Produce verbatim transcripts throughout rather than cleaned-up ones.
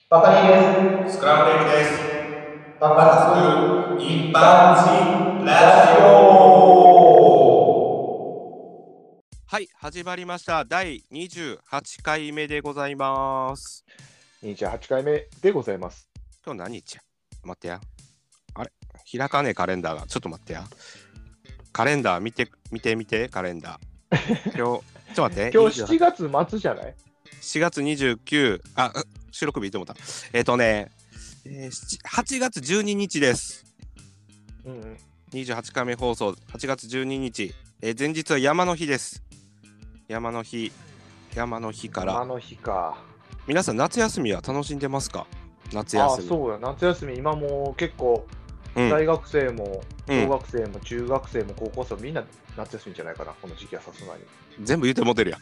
バカニです。 スクランブルエッグです。 ババカカスクスク一一般般人人ララジジオ。 オ。 はい、始まりました。だいにじゅうはちかいめでございます。 にじゅうはちかいめでございます。 今日何日や？待ってや。あれ開かねえカレンダーが。ちょっと待ってや。カレンダー見て、見て見て、カレンダー。今日、ちょっと待って。 今日しちがつ末じゃない？ しがつにじゅうくにち、あ、う収録日いいと思った。えっ、とね、えーしちはちがつじゅうににちです。 うんうん。 にじゅうはちかいめ放送、はちがつじゅうににち。えー前日は山の日です。山の日、山の日から。 山の日か。 皆さん、夏休みは楽しんでますか？夏ああ、 休み。 そうや。夏休み、今もう結構、 うん大学生も、 うん小学生も、中学生も、高校生もみんな夏休みじゃないかな、この時期はさすがに。 全部言うてもてるやん。 い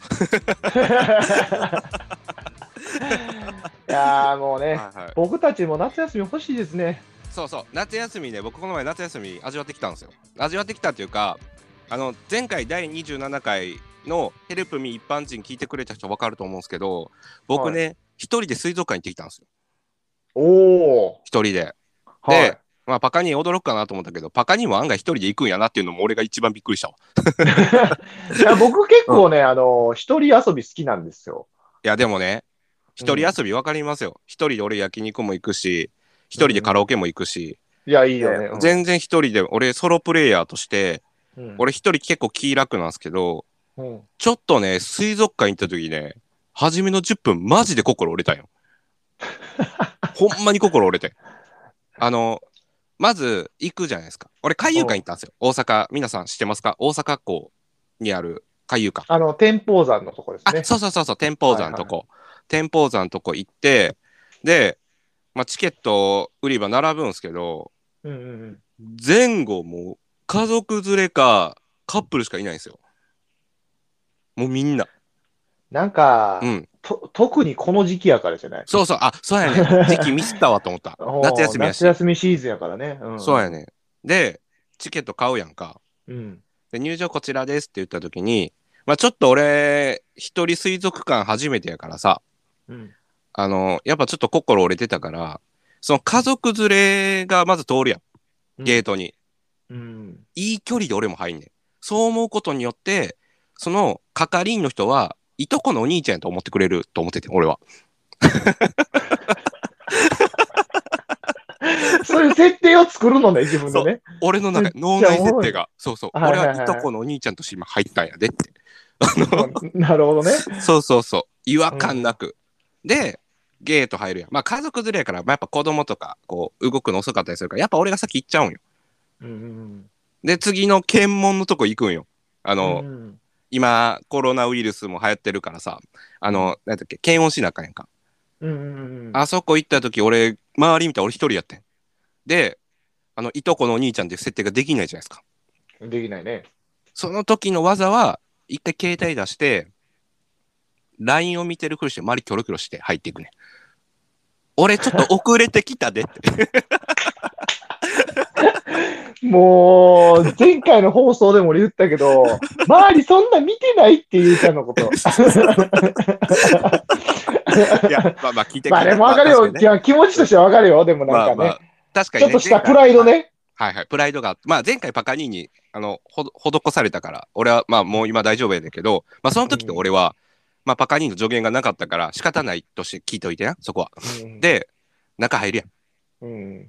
やーもうね、 はいはい、 僕たちも夏休み欲しいですね。 そうそう、夏休みね、僕この前夏休み味わってきたんですよ。味わってきたっていうか、あの前回だいにじゅうななかいのヘルプミー一般人聞いてくれた人分かると思うんですけど、僕ね、一、人で水族館行ってきたんですよ。 おお。 一人で。 はい。 で、まあ、パカに驚くかなと思ったけど、パカにも案外一人で行くんやなっていうのも俺が一番びっくりしたわ。 いや僕結構ね、あの、一人遊び好きなんですよ。 いや、でもね、一人遊び分かりますよ。一人で俺焼肉も行くし、一人でカラオケも行くし、 いや、いいよね。うん全然一人で、俺ソロプレイヤーとして、 うん俺一人結構気楽なんですけど、 うんちょっとね、水族館行った時ね、初めのじゅっぷんマジで心折れたんよ。ほんまに心折れて。あの、まず行くじゃないですか。俺海遊館行ったんですよ。大阪、皆さん知ってますか？大阪港にある海遊館。 あの、天保山のとこですあ、 ね。 そうそうそうそう、天保山のとこ。天保山のとこ行って、で、まあ、チケット売り場並ぶんですけど、 うんうんうん前後もう家族連れかカップルしかいないんですよ。もうみんな。 なんか、 うん。 と特にこの時期やからじゃない？ そうそう、あ、そうやねん。時期ミスったわと思った。夏休みやし。 夏休みシーズンやからね。うんうんそうやねん。で、チケット買うやんか。 うんで、入場こちらですって言った時に、まあちょっと俺、一人水族館初めてやからさ、 うんあの、やっぱちょっと心折れてたから、その家族連れがまず通るやん。ゲートに。 うんいい距離で俺も入んねん。そう思うことによって、その係員の人は、いとこのお兄ちゃんやと思ってくれると思ってて、俺は。 そういう設定を作るのね、自分でね。 俺の中、 めっちゃ脳内設定が、そうそう、 はいはいはい俺はいとこのお兄ちゃんとして今入ったんやでって。あの、 なるほどね。 そうそうそう、違和感なく。で、ゲート入るやん。まあ家族連れやから、まあ、やっぱ子供とか、こう、動くの遅かったりするから、やっぱ俺が先行っちゃうんよ。 うんうんで、次の検問のとこ行くんよ。あうの、 ん今、コロナウイルスも流行ってるからさ、あの、なんだっけ、検温しなあかんやんか。 うんうんうんあそこ行った時、俺、周り見たら俺一人やってん。で、あの、いとこのお兄ちゃんっていう設定ができないじゃないですか。 できないね。 その時の技は、一回携帯出して、ライン を見てるふりして、周りキョロキョロして入っていくね。俺、ちょっと遅れてきたでって。 もう、前回の放送でも俺言ったけど、周りそんな見てないっていうちゃんのこと。 いや、まあまあ、聞いてまあでも分かるよ。いや気持ちとしては分かるよ。でもなんかね。 まあまあ、確かに、ね、 ちょっとしたプライドね。 はいはい、プライドがあって、まあ前回パカニーにあのほ施されたから、俺はまあもう今大丈夫やねんけど、まあその時と俺は、まあパカニーの助言がなかったから仕方ないとして聞いておいてな、そこは。 うん、 で、中入るやん。 うん、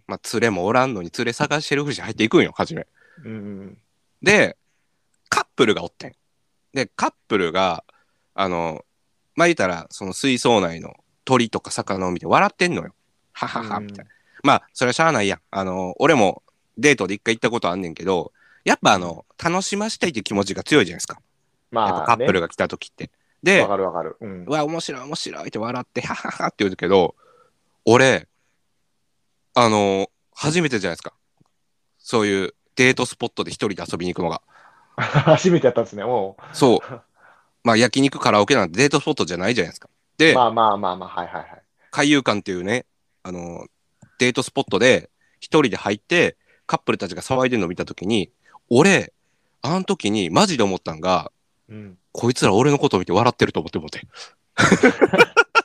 まあ連れもおらんのに連れ探してるふりして入っていくんよ、初め。 うん、 で、カップルがおってん。で、カップルが、あの、まあ言ったら、その水槽内の鳥とか魚を見て笑ってんのよ。ははは、みたいな。まあ、それはしゃあないやん。あの、俺もデートで一回行ったことあんねんけど、やっぱあの、楽しましたいという気持ちが強いじゃないですか。 まあ、 やっぱカップルが来た時って。で、 わかるわかる。うん、 うわ、面白い面白いって笑って、はははって言うけど、俺、あの、初めてじゃないですか。そういうデートスポットで一人で遊びに行くのが。 初めてやったんですね。もう。 そう。まあ、焼肉カラオケなんてデートスポットじゃないじゃないですか。で、 まあまあまあまあ、はいはいはい。 海遊館っていうね、あの、デートスポットで一人で入って、カップルたちが騒いでるのを見たときに、俺、あの時にマジで思ったんが、 うん、 こいつら俺のことを見て笑ってると思って思って。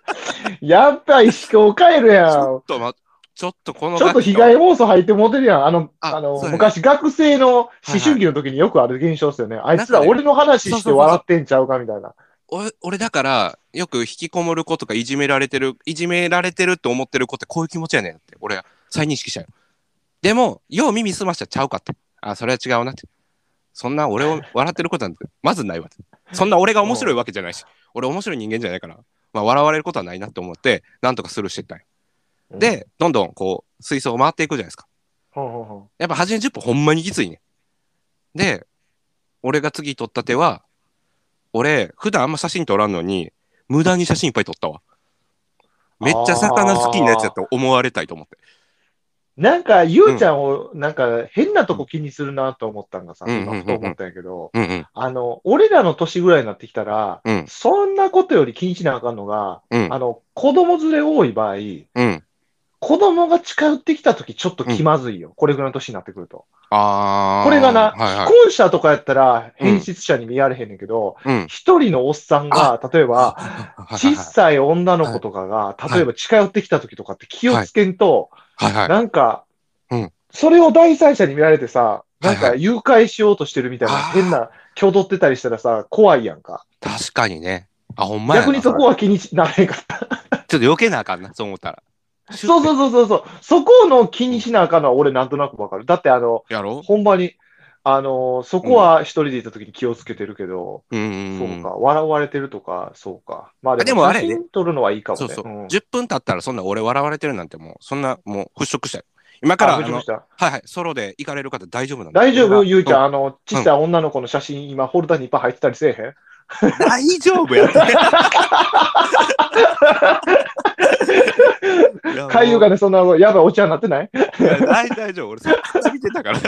やっぱ石川帰るやちょっん。 とま、ちょっとこのちょっとガキが被害妄想入ってもうてるやん。あの、 あ、 あの、 そうやね。 昔学生の思はいはい。 春期の時によくある現象ですよね。あいつらなんかね、 俺の話してそうそうそうそう。 笑ってんちゃうかみたいな。 俺、俺だから、よく引きこもる子とかいじめられてる、いじめられてるって思ってる子ってこういう気持ちやねんって、俺は再認識したよ。でも、よう耳すましたらちゃうかって。あ、それは違うなって。そんな俺を笑ってることなんて、まずないわって。そんな俺が面白いわけじゃないし、俺面白い人間じゃないから、まあ、笑われることはないなって思って、なんとかスルーしてったんよ。 うん、 で、どんどんこう、水槽を回っていくじゃないですか。 ほうほうほやっぱ初めじゅっぷんほんまにきついね。で、俺が次撮った手は、俺、普段あんま写真撮らんのに、無駄に写真いっぱい撮ったわ。 う。 めっちゃ魚好きなやつやあと思われたいと思って。 ーなんか、ゆうん。 うちゃんを、なんか、変なとこ気にするなと思ったんがさ、 うんうん今、ふと思ったんやけど、 うんうんあの、俺らの年ぐらいになってきたら、 うんそんなことより気にしなあかんのが、 うんあの、子供連れ多い場合、 うん子供が近寄ってきたときちょっと気うん。 まずいよ。これぐらいの年になってくると。これがあな、 ー、はいはい。 既婚者とかやったらうん変質者に見られへんねんけど、 うん。 一人のおっさんが、例えば、小はいはいはい。 さい女の子とかが、 はい例えば近寄ってきたときとかって気をつけんと、 はいはい。 なんかうん、 それを第三者に見られてさ、なんはいはいか誘拐しようとしてるみたいな、 あー変な、挙動ってたりしたらさ、怖いやんか。 確かにね。あ、ほんまやな。 逆にそこは気になれへんかった。 ちょっと避けなあかんな、そう思ったら。 そうそうそうそうそう。そこの気にしなあかんのは俺なんとなくわかる。だってあの、 やろほんまに、あの、そこは一人でいた時に気をつけてるけど、 うんうんうん。 そうか、笑われてるとか、そうか。まああででも写もあれやで真撮るのはいいかもね。 そうそう。 うん。 じゅっぷん経ったらそんな俺笑われてるなんてもう、そんなもう払拭したよ。今かあ、 ら、あの、 藤した。 はいはい、ソロで行かれる方大丈夫なんで。 大丈夫俺がゆうちゃん、 うあの、小さい女の子の写真、今、フォルダにいっぱい入ってたりせえへん大丈夫やって。いや海遊がね、そんなやばいお茶になってないいや大大丈夫。俺、そっち見てたから。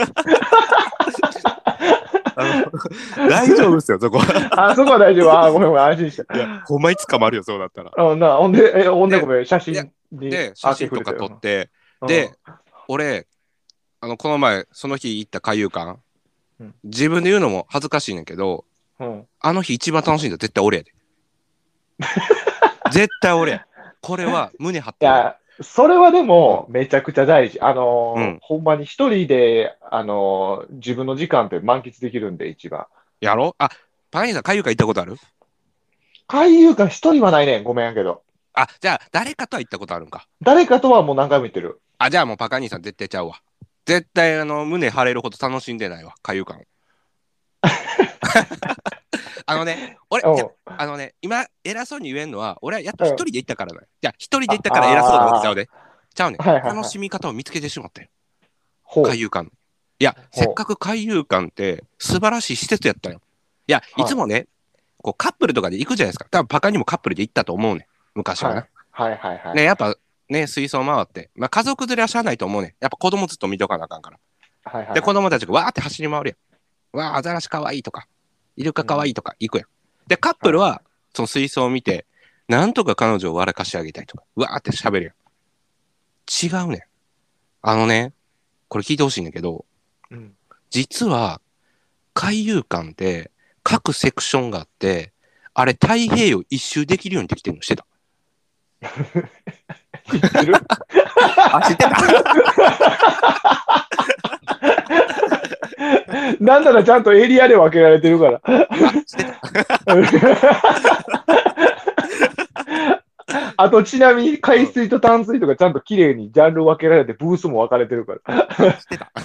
あの大丈夫ですよ、そこは。 あ、そこは大丈夫。あ、ごめんごめん、安心した。 いや、ほんまに捕まるよ、そうだったら。 あな、ほんで、え、ほんでごめん、写いや真に。 で、写真とか撮って、で、俺、あの、この前、その日行った海遊館、 うん自分で言うのも恥ずかしいねんけど、 うん、うん。 あの日一番楽しいんだ絶対俺やで。絶対俺や。これは胸張ってる。 いや、それはでも、めちゃくちゃ大事。あのーうんほんまに一人で、あのー自分の時間って満喫できるんで、一番。 やろあ、パン屋さん海遊館行ったことある海遊館一人はないねん、ごめんやけど。 あ、じゃあ誰かとは行ったことあるんか。 誰かとはもう何回も言ってる。 あ、じゃあもうパカ兄さん絶対ちゃうわ。絶対あの胸張れるほど楽しんでないわ、海遊館を。あのね、俺、 うんいやあのね、今偉そうに言えんのは、俺はやっぱ一人で行ったからだよ。じゃあ一人で行ったから偉そうなわけちゃうで。ちゃうねん。 はいはいはい楽しみ方を見つけてしまったよ。 ほう。 海遊館。いや、 ほうせっかく海遊館って素晴らしい施設やったよ。いや、 はいいつもね、こうカップルとかで行くじゃないですか。多分パカにもカップルで行ったと思うねん。昔はね。 はいはいはいはい。 ね、やっぱね、水槽回って、まあ家族連れはしゃあないと思うねん。やっぱ子供ずっと見とかなあかんから。 はいはいはいで、子供たちがわーって走り回るやん。わー、アザラシかわいいとか、イルカかわいいとか行くやん。で、カップルはその水槽を見て、なんとか彼女を笑かしてあげたいとか、わーって喋るやん。違うねん。あのね、これ聞いてほしいんだけど、 うん実は海遊館って各セクションがあって、あれ太平洋一周できるようにできてるのしてた。 知ってるあ、知ってたなんならちゃんとエリアで分けられてるから。 あ、知ってた。 あとちなみに海水と淡水とかちゃんと綺麗にジャンル分けられてブースも分かれてるから。 知ってた。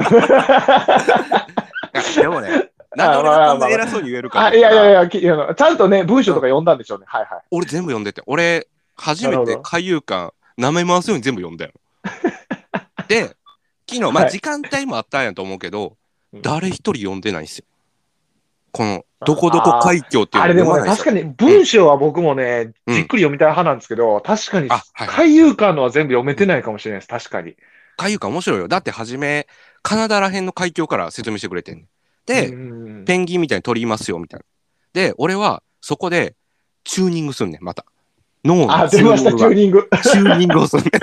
いやでもね、なんで俺がこんな偉そうに言えるかあ、 って言ったらいやいやいや、きあのちゃんとね、文章とか読んだんでしょうね。はいはい。 俺全部読んでて、俺初めてなるほど海遊館舐め回すように全部読んだよ。で、昨日、まはいあ時間帯もあったんやと思うけど、 うん誰一人読んでないんですよ。この、どこどこ海峡っていうのあれでもね、 読まないんですよ。 確かに文章は僕もね、 うんじっくり読みたい派なんですけど、確かにあはいはい海遊館のは全部読めてないかもしれないです。確かに。 海遊館面白いよ。だって初め、カナダら辺の海峡から説明してくれてんねん。で、 うんペンギンみたいに鳥いますよ、みたいな。で、俺はそこでチューニングすんねん、また。脳あ、 のチ出ました、 ューニングが。 チューニング。 チューニングをすんねん。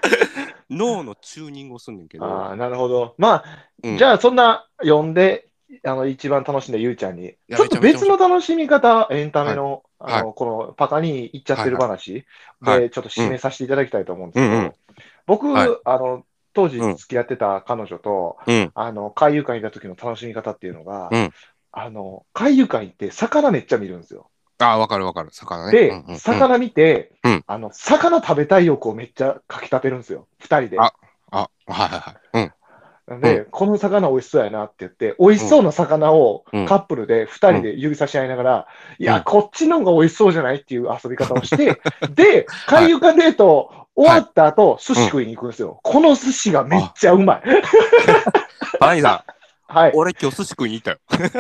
脳のチューニングをすんねんけど。 ああ、なるほど。まあ、 うんじゃあそんな読んであの、一番楽しんだゆうちゃんに、 やちょっと別の楽しみ方、エンタメの、 はいあの、このパカに行っちゃってる話はいはいで、ちょっと締めさせていただきたいと思うんですけうんうんど、僕、 はいあの、当時うん付き合ってた彼女と、 うんあの、海遊館行った時の楽しみ方っていうのが、 うんあの、海遊館行って魚めっちゃ見るんですよ。 ああ、わかるわかる。魚ね。うんで、 うんうん。 魚見て、 うんあの、魚食べたい欲をめっちゃかき立てるんですよ。二人で。 あ、あ、はいはいはい。うんうで、 んこの魚美味しそうやなって言って、美味しそうな魚をうんカップルで二人で指差し合いながら、いや、 うんこっちの方が美味しそうじゃないっていう遊び方をして、で、 はい海遊館デート終わった後、寿うん司食いに行くんですよ。この寿司がめっちゃうまい。 パラニさん、 はい。 俺今日寿司食いに行ったよ。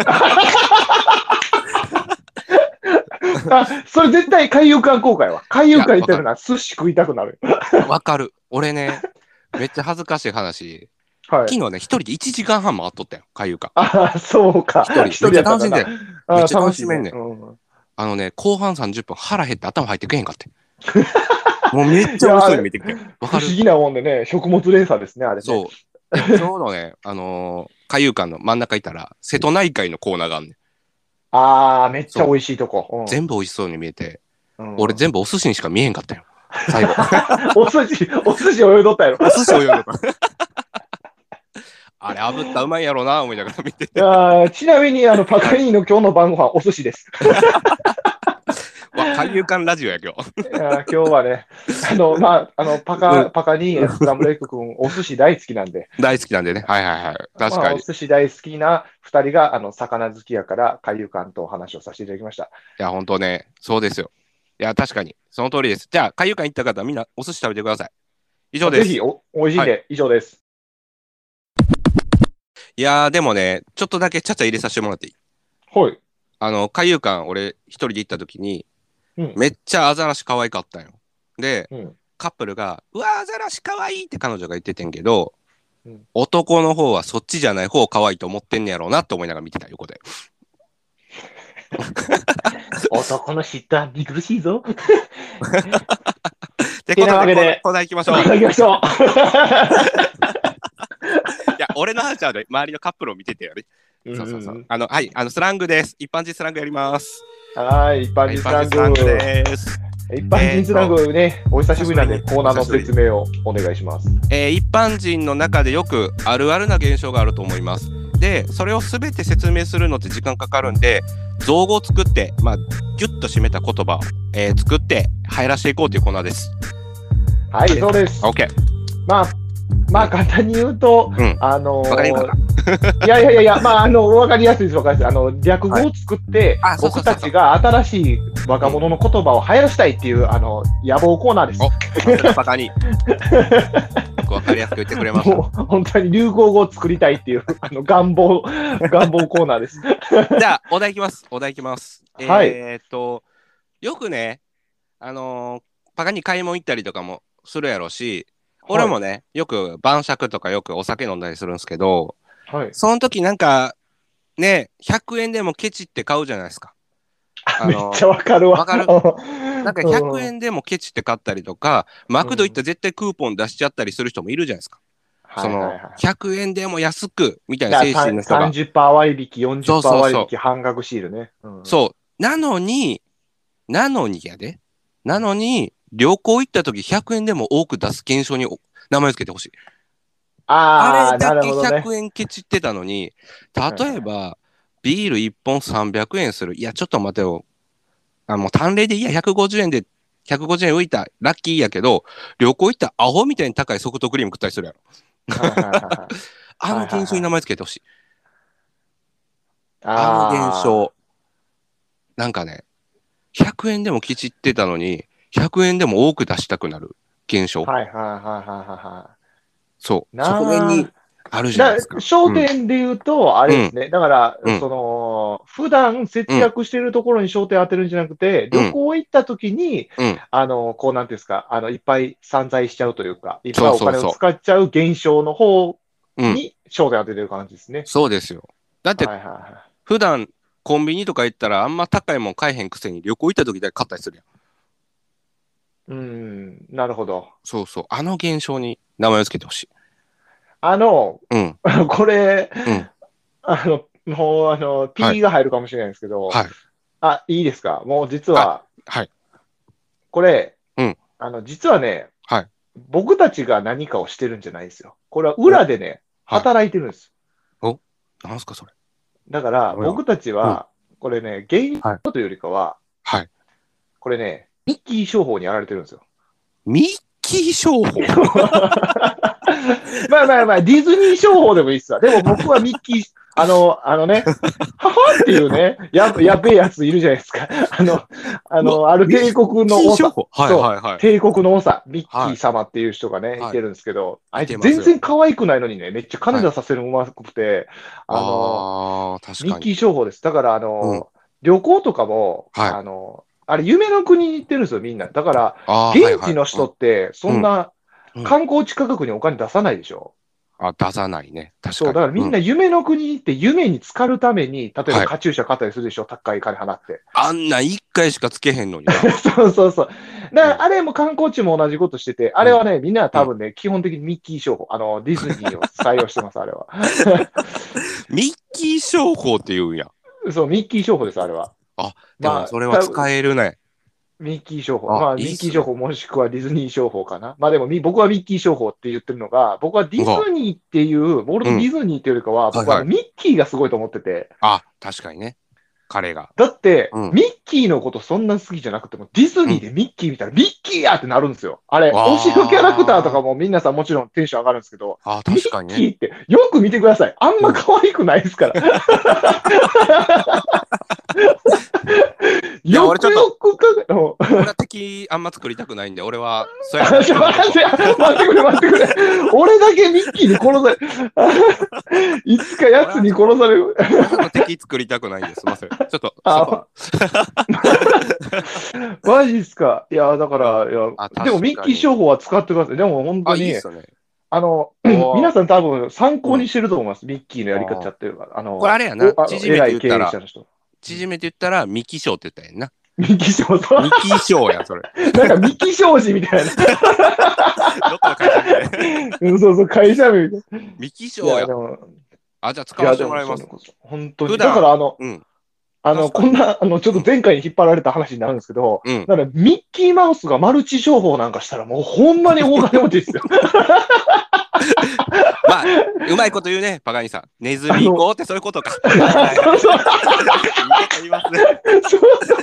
あ、それ絶対海遊館公開は。海遊館行ったら寿司食いたくなる。 わかる。俺ね、めっちゃ恥ずかしい話。 はい。 昨日ね、一人でいちじかんはん回っとったよ、海遊館。 あ、そうか。 一人めっちゃ楽しんでやったかな。 めっちゃあ楽しめんねん楽しいねうんあのね、後半さんじゅっぷん腹減って頭入ってけへんかって。もうめっちゃ美味しそうに見えてきて。わかる不思議なもんでね、食物連鎖ですね、あれね。 そう。でちょうどね、あのー、海遊館の真ん中いたら、瀬戸内海のコーナーがあんねん。 あー、めっちゃ美味しいとこ。うん全部美味しそうに見えて、 うん俺全部お寿司にしか見えへんかったよ。最後。 お寿司、お寿司泳いどったやろ。 お寿司を読むあれ炙ったらうまいやろうな思いながら見てて。 あーちなみに、あの、パカニーの今日の晩ご飯お寿司です。 わ、海遊館ラジオや今日。 いやー今日はね、あの、まあ、あの、パカ、 うんパカニー、スクランブルエッグ君、お寿司大好きなんで、 大好きなんでね。はいはいはい。確まあ、おかに。い寿司大好きな二人が、あの、魚好きやから、海遊館とお話をさせていただきました。 や、ほんとね、そうですよ。いや、確かに。その通りです。じゃあ、海遊館行った方、みんなお寿司食べてください。以上です。 ぜひお、美味しいんで、以上です。 いやー、でもね、ちょっとだけちゃちゃ入れさせてもらっていいはい。 あの、海遊館、俺、一人で行った時に、 うん。 めっちゃアザラシ可愛かったんよ。で、 うん。 カップルが、うわ、アザラシ可愛いって彼女が言っててんけど、 うん男の方はそっちじゃない方可愛いと思ってんねやろうなって思いながら見てた、横で。 男の嫉妬は見苦しいぞ。 で、 てなわけでコーナー行きましょう。 行きましょう。 いや、俺の話はね、周りのカップルを見ててよね。そうそうそう。 んあの、はい、あの、スラングです。一般人スラングやります。 はい、一般人スラング。 です。 一般人スラングね、お久しぶりなんで、 久しぶりコーナーの説明をお願いします。 えー一般人の中でよくあるあるな現象があると思います。で、それをすべて説明するのって時間かかるんで、造語を作って、まあ、ギュッと締めた言葉を、えー作って入らしていこうというコーナーです。 はい、そうです。 OK。 まあ、まあ、簡単に言うと、 うん。 あのーわかりにくいかいやいやいやいや、まあ、あの、わかりやすいです、わかりやすい。あの、略語を作って、 はいあそうそうそうそう僕たちが新しい若者の言葉を流行らしたいっていう、あの、野望コーナーです。 おさすがバカに。よくわかりやすく言ってくれました。 もう、本当に流行語を作りたいっていう、あの、願望、願望コーナーです。 じゃあ、お題いきます。お題いきます。 はいえーっと、よくね、あのーパカに買い物行ったりとかもするやろし、俺もね、よく晩酌とかよくお酒飲んだりするんですけど、 はい。 その時なんか、ね、ひゃくえんでもケチって買うじゃないですか。あのめっちゃわかるわ。 わかるななんかひゃくえんでもケチって買ったりとか、マクド行ったら絶対クーポン出しちゃったりする人もいるじゃないですか。そのひゃくえんでも安くみたいな精神の人が。 さんじゅっパーセント割引、よんじゅっパーセントそうそうそう割引、半額シールね。うんそう。なのに、なのにやで。なのに、旅行行った時ひゃくえんでも多く出す現象にお名前をつけてほしい。 ああ、 あれだけなるほどね。 ひゃくえんケチってたのに、例えば、ビールいっぽんさんびゃくえんする。いや、ちょっと待てよ。あ、もう単例でいいや、ひゃくごじゅうえんで、ひゃくごじゅうえん浮いた、ラッキーやけど、旅行行ったらアホみたいに高いソフトクリーム食ったりするやろ。 はいはいはいはいあの現象に名前つけてほしい。 ああの現象。なんかね、ひゃくえんでもケチってたのに、ひゃくえんでも多く出したくなる現象。 はいはいはいはいはそう。 なあそこら辺にあるい。 じゃないですか。 だ焦点で言うと、あれですね。だから、 うんその、普段節約してるところに焦点当てるんじゃなくて、 うん旅行行った時に、 うん。 あの、こうなんていうんですか、あの、いっぱい散財しちゃうというか、いっぱいお金そうそうそうを使っちゃう現象の方うん。 に焦点当ててる感じですね。 そうですよ。だってはいはいは普段コンビニとか行ったらあんま高いもん買えへんくせに旅行行った時だけ買ったりするやん。 い。うん、なるほど。 そうそう。あの現象に名前をつけてほしい。 あの、 うん。 これ、 うんあの、 もう、あの、P が入るかもしれないんですけど、 はい。 あ、いいですか？もう実は、 はい。 これ、 うんあの、実はね、 はい。 僕たちが何かをしてるんじゃないんですよ。これは裏でね、 はい。 働いてるんです。 お、なんすか、それ。 だから、 おや僕たちは、これね、原因はい。 というよりかは、 はい。 これね、ミッキー商法にやられてるんですよ。 ミッキー商法まあまあまあ、ディズニー商法でもいいっすわ。でも僕はミッキー、あの、あのね、ははっていうね、や、やべえやついるじゃないですか。あの、あの、ある帝国のミッキー長、 商法はいそう、 はいはい。 帝国の長、ミッキはい。 ー様っていう人がね、 はいいてるんですけど、あいついてますよ全然可愛くないのにね、めっちゃ金はい。 出させるのうまくて、あの、 あー、確かに。 ミッキー商法です。だから、あうん。 の、旅行とかも、 はい。 あの、あれ、夢の国に行ってるんですよ、みんな。だから、 あー、はい現地はい。 の人って、 うん。 そんなうん。 観光地価格にお金出さないでしょ。 あ、出さないね。確そう、 かに。うん。 だからみんな夢の国に行って夢に浸かるために、例えばはい。 カチューシャ買ったりするでしょ、高い金払って。 あんな一回しかつけへんのにな。 そうそうそう。だからうん。 あれも観光地も同じことしてて、あうん。 れはね、みんなうん。 多分ね、基本的にミッキー商法、あの、ディズニーを採用してます、あれは。 ミッキー商法って言うんや。 そう、ミッキー商法です、あれは。 あ、でもまあ、 それは多分使えるね。 ミッキー商法。 あ、 まあ、 いいっすね。 ミッキー商法もしくはディズニー商法かな。まあでも、み僕はミッキー商法って言ってるのが、僕はディが、 ズニーっていう、ウォルト・デうん。 ィズニーっていうよりかは、 はい僕はあのはい。 ミッキーがすごいと思ってて、 あ、確かにね。彼が。 だって、 うん。 ミッキーのことそんな好きじゃなくても、ディズうん。 ニーでミッキー見たら、ミッキーやってなるんですよ。あれ、推しのキャラクターとかあもみんなさんもちろんテンション上がるんですけど、 ー。あ、 ミッ確かにね。 キーってよく見てください。あんまうん。 可愛くないですから。 いや、 よく俺ちょっと、 よくか、うん俺は敵あんま作りたくないんで、俺は、そうやあなっちょて言わんとこ待って、待ってくれ、待ってくれ。俺だけミッキーに殺され、いつかう。 奴に俺はちょっと、 殺される。 俺はちょっと敵作りたくないんです。すいません。ちょっと、そこあ、マジっすか。いや、だかは。 ら、 うん。 いや、 あ、 でもミッキー確かに。 商法は使ってください。でも本当あ、いいっに、 すよね。 あの、 おー。 皆さん多分参うん。 考にしてると思います。ミッキーのやり方やあってるから。あー。これあの、 れやな。 お、あの、 縮め偉い経て言ったら、 営者の人。うん縮めて言ったら、ミキショーって言ったんやんな。 ミッキー商、そう。 ミキショーや、それ。 なんかミキ商事みたいな。 どこの会社みたいな。 うんそうそう、会社名みたいな。 ミキシいや、 ョーや。 でも、 あ、じゃあ使いや、 わせてでも、 もらいます。 それこそ、本当に。だか普段、 ら、あの、 うん。 あの、 確かに。 こんな、あの、ちょっうん。 と前回に引っ張られた話になるんですけど、 うん。 だからミッキーマウスがマルチ商法なんかしたらもうほんまに大金持ちですよ。 まあ、うまいこと言うね、パガニさん。ネズあの、 ミ講ってそういうことか。はいはいはい。 そうそう、 いいこと言いますね。 そうそう。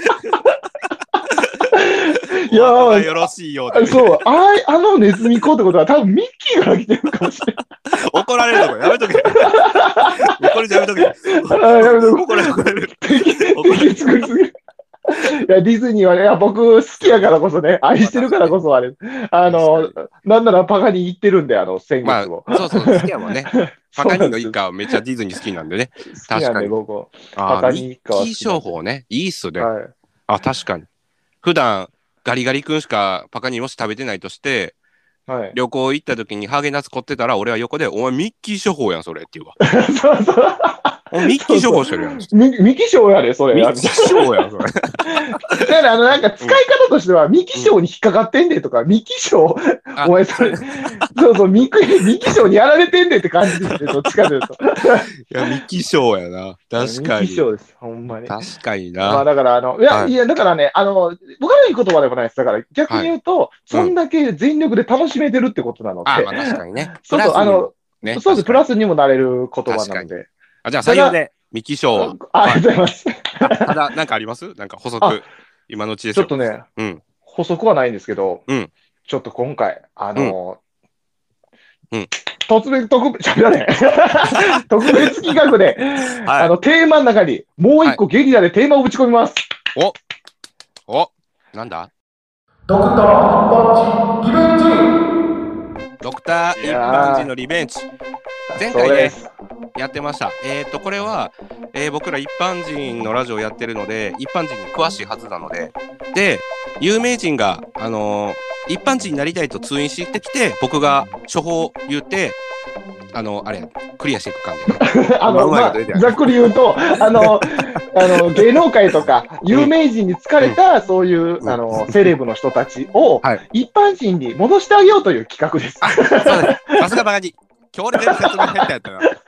いやお後がー、 よろしいようで。 あそう、あい、あのネズミ子ってことは多分ミッキーから来てるかもしれない。 怒られるとこやめとけ。怒るじゃやめとけ。 あやめとこ怒られる怒られる。 敵、 怒られる。 敵作りすぎる。いや、ディズニーはね、いや僕好きやからこそね、愛してるからこそあれ、あ確かの、 に。 なんならパガに行ってるんで、あの、先ま月も。 あ、そうそう、好きやもんね。パそうカなんですよ。 ニの一家はめっちゃディズニー好きなんでね。 好きなんで、 確かに。 僕、 ああ、 パガミッニ一家はキー好きなんで。 商法ね。いいっすね。 はい。 あ、確かに。普段、ガリガリ君しかパカニもし食べてないとして、 はい。 旅行行った時にハーゲンダッツ買ってたら、俺は横で、お前ミッキー処方やん、それって言うわ。 そうそう。 おミッキー処方してるやん。 ミミキショーやで、それ。 ミッキー処方やん、それ。 だから、あの、なんか、使い方としては、ミキショーに引っかかってんでとか、ミキショー、 あ、 お前、それ、そうそう、ミクミキショーにやられてんでって感じですね、どっちかというと。 いや、ミッキー処方やな。確かミキシに。 ョーです、ほんまに。 確かにまあ、 な。 だから、あの、いや、 はい。 いや、だからね、あの、僕はいい言葉でもないです。だから、逆にはい。 言うと、 うん。 そんだけ全力で楽しめてるってことなのあ、 で、 まあ確かにね。プそうそう、 ラスにもあの、 ね、 そうです、 確かに。 プラスにもなれる言葉確かに。 なので。 あ、じゃあただ、 採用で、ミキショーは。 あ、ありがとうはい。 ございます。 あ、ただ、なんかありますなんか補あ、 足。今のうちですよ。 ちょっとね、 うん。 補足はないんですけど、 うん。 ちょっと今回、あうん。 の、 うん。 突然特別、喋らねえ特別企画で、あはい。 の、テーマの中に、もうはい。 一個ゲリラでテーマをぶち込みます。 お、お、なんだドクター一般人リベンジ。 ドクタいー一般人やのリベンジ。前ー、そう回ね、 です。 やってました。えっと、これは、えー僕ら一般人のラジオやってるので、一般人に詳しいはずなので、で、有名人が、あのー一般人になりたいと通院してきて、僕が処方を言って、あの、あれ、クリアしていく感じね。 あの、 まあうまいまあこと言うてや、 ざっくり言うと、あの、あの、芸能界とか、有名人に疲れた、そういう、 うんあの、セレブの人たちを、 はい。 一般人に戻してあげようという企画です。 あ、そうです。さすがバカに。今日俺全部説明下手やったな。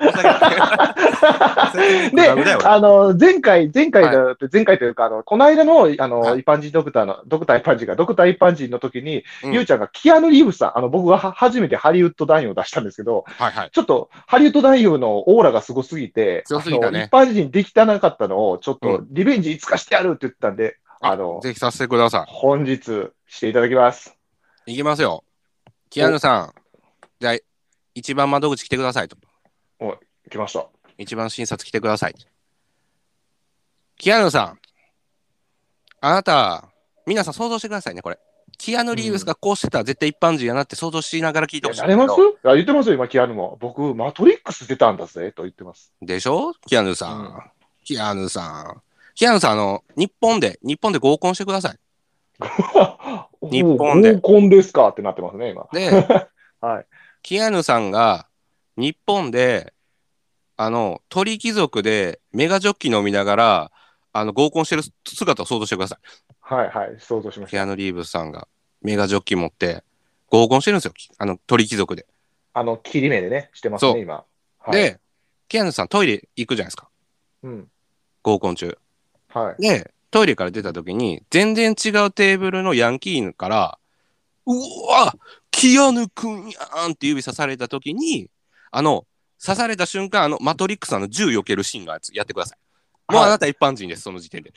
申し訳ない。 で、あの、前回、前回だはって、前回というか、あの、この間の、あの、 はい一般人ドクターの、ドクター一般人が、ドクター一般人の時に、 うんゆうちゃんがキアヌ・リーブスさん、あの、僕がは初めてハリウッド男優を出したんですけど、 はいはい。 ちょっと、ハリウッド男優のオーラがすごすぎて、 強すぎたねあの一般人できたなかったのを、ちょっうと、リベンジいつかしてやるって言ったんで、あの、 ぜひさせてくださ本日、していただきます。 い。いきますよ。キアヌさん、じゃあ、一番窓口来てくださいと。 お、来ました。 一番診察来てください。キアヌさん、あなた、皆さん想像してくださいね、これ。キアヌ・リーブスがこうしてたら絶対一般人やなって想像しながら聞いてほしいんだけど。 なれますあ、言ってますよ、今、キアヌも。僕、マトリックス出たんだぜ、と言ってます。 でしょキアヌさん。 うんキアヌさん。キアヌさん、あの、日本で、日本で合コンしてください。日本で合コンですかってなってますね、今。 で、 はい。 キアヌさんが日本で、あの、鳥貴族でメガジョッキ飲みながら、あの、合コンしてる姿を想像してください。 はいはい、想像しました。 キアヌ・リーブスさんがメガジョッキ持って合コンしてるんですよ。あの、鳥貴族で。 あの、切り目でね、してますそうね、今。はい、 で、キアヌさんトイレ行くじゃないですか。 うん。 合コン中。 はい。 で、トイレから出た時に、全然違うテーブルのヤンキーから、うわキアヌくんやーんって指さされた時に、あの、刺された瞬間、あの、マトリックスのあの銃避けるシーンがやってください。もうあなた一般人です、その時点で。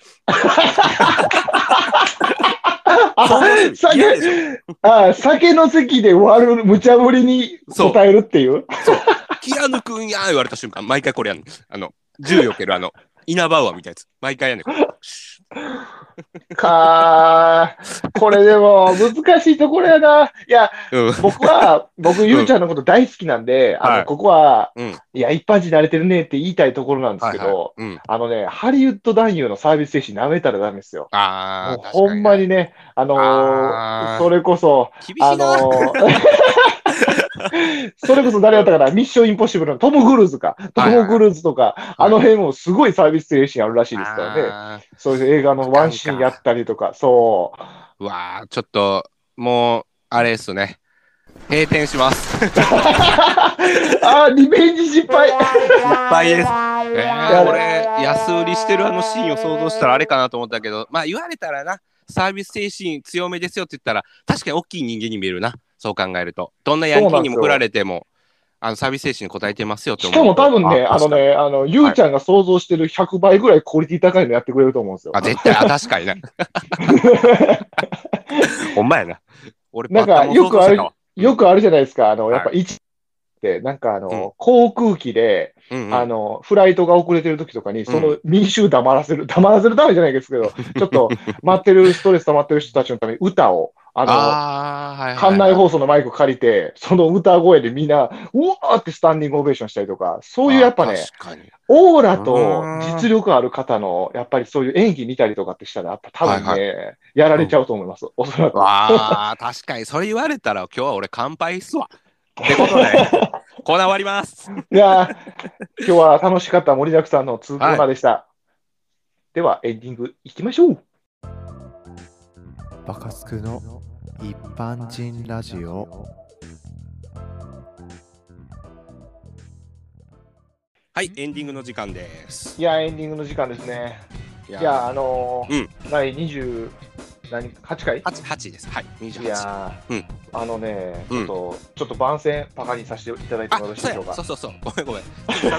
あ酒あ酒の席で割る、無茶ぶりに答えるっていう。 そう。キアヌくんやー言われた瞬間、毎回これやんねん。あの、銃避けるあの、イナバウアーみたいなやつ。毎回やんねん。 かー、これでも難しいところやな。いや、 うん、 僕は、僕、ゆうちゃんのこと大好きなんで、あの、 はい、 ここは、 うん、 いや、一般人慣れてるねって言いたいところなんですけど、 はいはいうん、 あのね、ハリウッド男優のサービス精神舐めたらダメですよ。 あー、 もうほんまにね、あのーあーそれこそ、 厳しいなあのーそれこそ誰だったかな、ミッションインポッシブルのトム・クルーズか、トム・クルーズとか、あの辺もすごいサービス精神あるらしいですからね。そういう映画のワンシーンやったりとか、そう。 うわー、ちょっと、もう、あれっすね。閉店します。 あー、リベンジ失敗。 失敗です。えー、俺、安売りしてるあのシーンを想像したらあれかなと思ったけど、まあ言われたらな、サービス精神強めですよって言ったら、確かに大きい人間に見えるな。そう考えると。どんなヤンキーにも振られても、あのサービス精神に応えてますよって思う。 しかも多分ね、あのね、あの、ゆうちゃんが想像してるひゃくばいぐらいクオリティ高いのやってくれると思うんですよ。 あ、絶対、あ、確かにな。ほんまやな。俺、 なんか、よくある、よくあるじゃないですか。あの、やっぱはいいちって、なんかあの、 うん航空機で、 うんうん、 あの、フライトが遅れてる時とかに、その民衆黙らせる、黙らせるためじゃないですけど、ちょっと待ってる、ストレス溜まってる人たちのために歌を、あの、 あはいはいはい、 館内放送のマイク借りて、その歌声でみんな、うわーってスタンディングオベーションしたりとか、そういうやっぱね、オーラと実力ある方の、やっぱりそういう演技見たりとかってしたら、やっぱ多分ね、はいはい、やられちゃうと思います、うん、おそらく。 ああ、確かに、それ言われたら、今日は俺乾杯っすわ。ってことで、コーナー終わります。 いや今日は楽しかった盛りだくさんのツーコーナーでした。はい、では、エンディングいきましょう。 バカスクの一般人ラジオ。 はい、エンディングの時間です。 いや、エンディングの時間ですね。いや、いやあのー、うん、第にじゅう、何、はちかい 8, 8です。はい、にじゅうはち。 いやー、うん、 あのね、ちょっと、うん、ちょっと番宣パカにさせていただいてもよろしいでしょうか。 そうそうそう、ごめんごめん。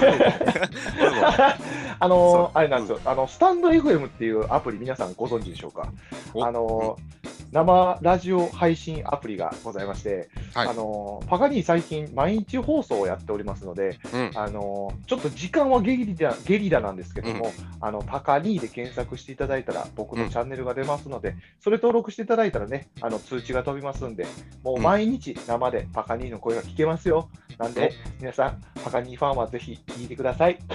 あのー、あれなんですよ、うん、あの、スタンド エフエム っていうアプリ皆さんご存知でしょうか。あのー、生ラジオ配信アプリがございまして、はい、あのパカに最近毎日放送をやっておりますので、うん、あのちょっと時間はゲリラゲリラなんですけども、うん、あのパカにで検索していただいたら僕のチャンネルが出ますので、うん、それ登録していただいたらね、あの通知が飛びますんで、もう毎日生でパカにの声が聞けますよ。なんで皆さんパカにファンはぜひ聞いてください。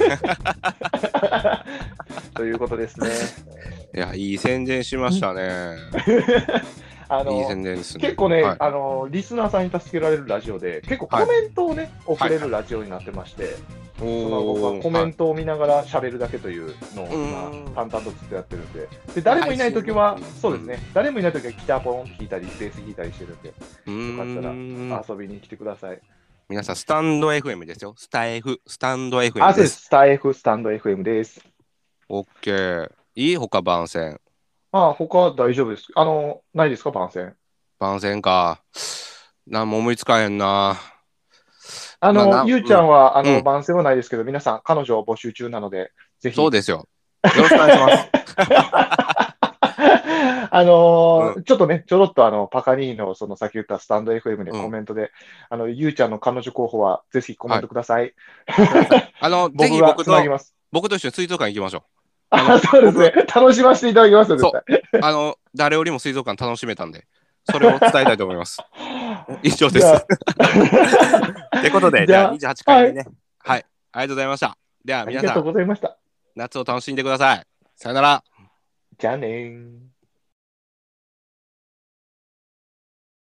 ということですね。 いや、いい宣伝しましたね。 あのいい宣伝ですね。 結構ね、はい、あのリスナーさんに助けられるラジオで、結構コメントをね、はい、送れるラジオになってまして、はい、その僕はコメントを見ながら喋るだけというのを今、淡々とずっとやってるんで、で誰もいないときは、そうですね、うん、誰もいないときはギターポン弾いたり、ベース弾いたりしてるんで、よかったら遊びに来てください。 皆さん、スタンド エフエム ですよ。スタ F、スタンド エフエあ、 ムそうです。 です。 スター F、スタンド エフエム です。 オッケー。いい他番宣。 あ、他大丈夫です。あの、ないですか、番宣。 番宣か。なんも思いつかへんな。 あの、 まあな、 ゆうちゃんは、あの、 うん。 番宣はないですけど、皆さん、彼女を募集中なので、ぜひ。 そうですよ。よろしくお願いします。 あのうんーちょっとね、ちょろっとあの、パカニーの、その先言ったスタンド エフエム でうんコメントで、あの、ゆうちゃんの彼女候補は、ぜひコメントください。 ください。あの、ぜ僕がひ僕と、 つなぎます。 僕と一緒に水族館行きましょう。あのあ、そうですね。楽しませていただきますよ、絶そ対。 う。あの、誰よりも水族館楽しめたんで、それを伝えたいと思います。以上です。 じゃあ、 ってことで、じゃあじゃにじゅうはちあ、はい。 かいめね。はい。ありがとうございました。では皆さん、 ありがとうございました。 夏を楽しんでください。さよなら。 じゃあねー。